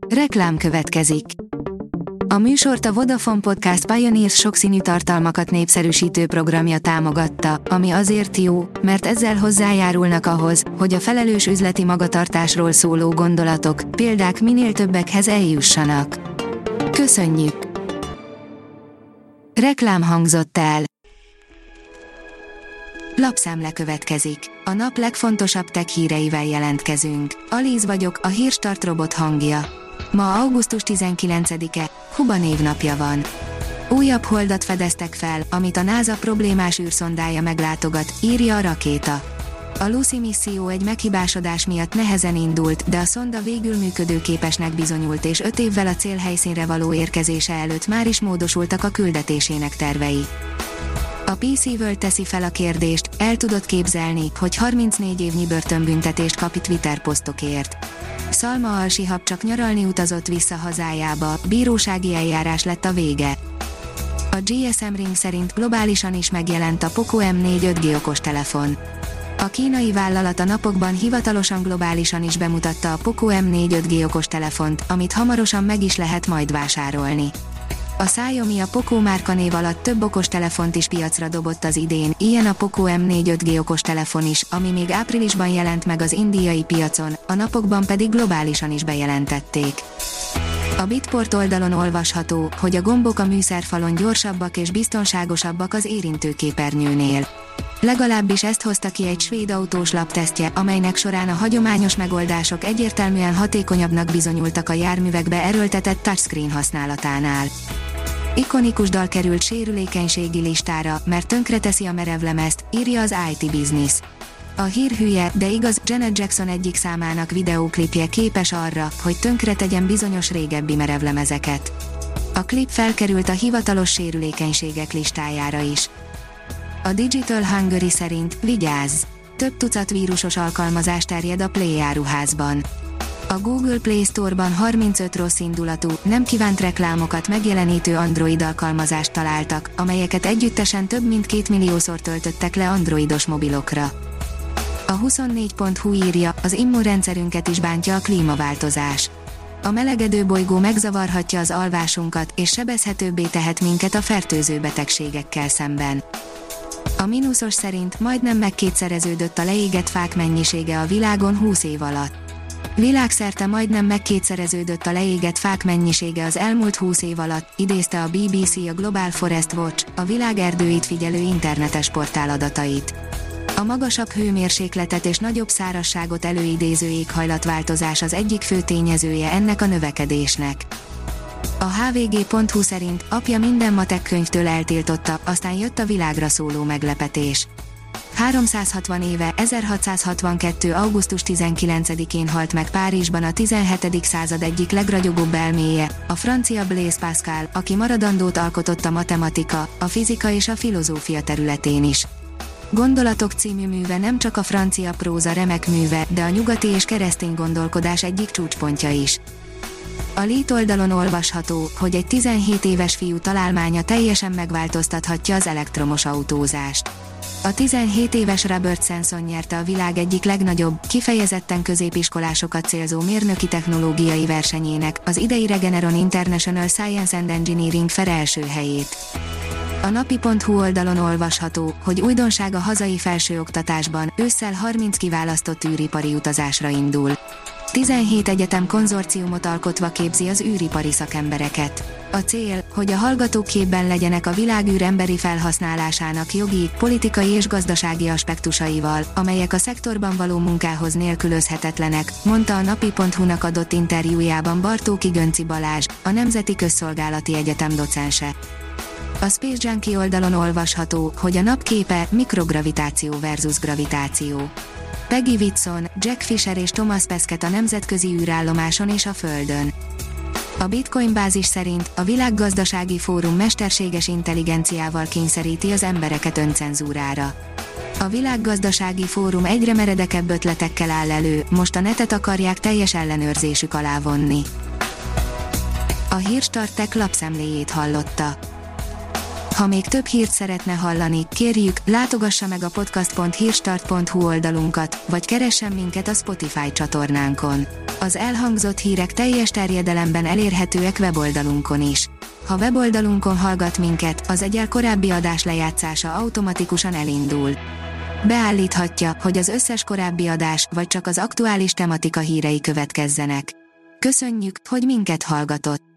Reklám következik. A műsort a Vodafone Podcast Pioneers sokszínű tartalmakat népszerűsítő programja támogatta, ami azért jó, mert ezzel hozzájárulnak ahhoz, hogy a felelős üzleti magatartásról szóló gondolatok, példák minél többekhez eljussanak. Köszönjük! Reklám hangzott el. Lapszemle következik. A nap legfontosabb tech híreivel jelentkezünk. Alíz vagyok, a Hírstart robot hangja. Ma augusztus 19-e, Huba névnapja van. Újabb holdat fedeztek fel, amit a NASA problémás űrszondája meglátogat, írja a Rakéta. A Lucy misszió egy meghibásodás miatt nehezen indult, de a szonda végül működőképesnek bizonyult, és 5 évvel a célhelyszínre való érkezése előtt már is módosultak a küldetésének tervei. A PC World teszi fel a kérdést, el tudod képzelni, hogy 34 évnyi börtönbüntetést kap Twitter posztokért. Szalma Al-Shihab csak nyaralni utazott vissza hazájába, bírósági eljárás lett a vége. A GSM Ring szerint globálisan is megjelent a Poco M4 5G okostelefon. A kínai vállalat a napokban hivatalosan globálisan is bemutatta a Poco M4 5G okostelefont, amit hamarosan meg is lehet majd vásárolni. A Xiaomi a Poco márkanév alatt több okostelefont is piacra dobott az idén, ilyen a Poco M4 5G okostelefon is, ami még áprilisban jelent meg az indiai piacon, a napokban pedig globálisan is bejelentették. A Bitport oldalon olvasható, hogy a gombok a műszerfalon gyorsabbak és biztonságosabbak az érintőképernyőnél. Legalábbis ezt hozta ki egy svéd autós laptesztje, amelynek során a hagyományos megoldások egyértelműen hatékonyabbnak bizonyultak a járművekbe erőltetett touchscreen használatánál. Ikonikus dal került sérülékenységi listára, mert tönkreteszi a merevlemezt, írja az IT Business. A hír hülye, de igaz, Janet Jackson egyik számának videóklipje képes arra, hogy tönkretegyen bizonyos régebbi merevlemezeket. A klip felkerült a hivatalos sérülékenységek listájára is. A Digital Hungary szerint vigyázz! Több tucat vírusos alkalmazás terjed a Play áruházban. A Google Play Store-ban 35 rosszindulatú, nem kívánt reklámokat megjelenítő Android alkalmazást találtak, amelyeket együttesen több mint 2 milliószor töltöttek le androidos mobilokra. A 24.hu írja, az immunrendszerünket is bántja a klímaváltozás. A melegedő bolygó megzavarhatja az alvásunkat, és sebezhetőbbé tehet minket a fertőző betegségekkel szemben. A mínuszos szerint majdnem megkétszereződött a leégett fák mennyisége a világon 20 év alatt. Világszerte majdnem megkétszereződött a leégett fák mennyisége az elmúlt 20 év alatt, idézte a BBC a Global Forest Watch, a világ erdőit figyelő internetes portál adatait. A magasabb hőmérsékletet és nagyobb szárazságot előidéző éghajlatváltozás az egyik fő tényezője ennek a növekedésnek. A hvg.hu szerint apja minden matek könyvtől eltiltotta, aztán jött a világra szóló meglepetés. 360 éve, 1662. augusztus 19-én halt meg Párizsban a 17. század egyik legragyogóbb elméje, a francia Blaise Pascal, aki maradandót alkotott a matematika, a fizika és a filozófia területén is. Gondolatok című műve nem csak a francia próza remek műve, de a nyugati és keresztény gondolkodás egyik csúcspontja is. A Lead oldalon olvasható, hogy egy 17 éves fiú találmánya teljesen megváltoztathatja az elektromos autózást. A 17 éves Robert Sanson nyerte a világ egyik legnagyobb, kifejezetten középiskolásokat célzó mérnöki technológiai versenyének, az idei Regeneron International Science and Engineering Fair első helyét. A napi.hu oldalon olvasható, hogy újdonság a hazai felsőoktatásban, ősszel 30 kiválasztott űripari utazásra indul. 17 egyetem konzorciumot alkotva képzi az űripari szakembereket. A cél, hogy a hallgatók képben legyenek a világűr emberi felhasználásának jogi, politikai és gazdasági aspektusaival, amelyek a szektorban való munkához nélkülözhetetlenek, mondta a napi.hu-nak adott interjújában Bartóki Gönci Balázs, a Nemzeti Közszolgálati Egyetem docense. A Space Junkie oldalon olvasható, hogy a nap képe mikrogravitáció versus gravitáció. Peggy Whitson, Jack Fisher és Thomas Pesquet a nemzetközi űrállomáson és a Földön. A Bitcoin bázis szerint a Világgazdasági Fórum mesterséges intelligenciával kényszeríti az embereket öncenzúrára. A Világgazdasági Fórum egyre meredekebb ötletekkel áll elő, most a netet akarják teljes ellenőrzésük alá vonni. A Hírstart Tech lapszemléjét hallotta. Ha még több hírt szeretne hallani, kérjük, látogassa meg a podcast.hírstart.hu oldalunkat, vagy keressen minket a Spotify csatornánkon. Az elhangzott hírek teljes terjedelemben elérhetőek weboldalunkon is. Ha weboldalunkon hallgat minket, az egyel korábbi adás lejátszása automatikusan elindul. Beállíthatja, hogy az összes korábbi adás, vagy csak az aktuális tematika hírei következzenek. Köszönjük, hogy minket hallgatott!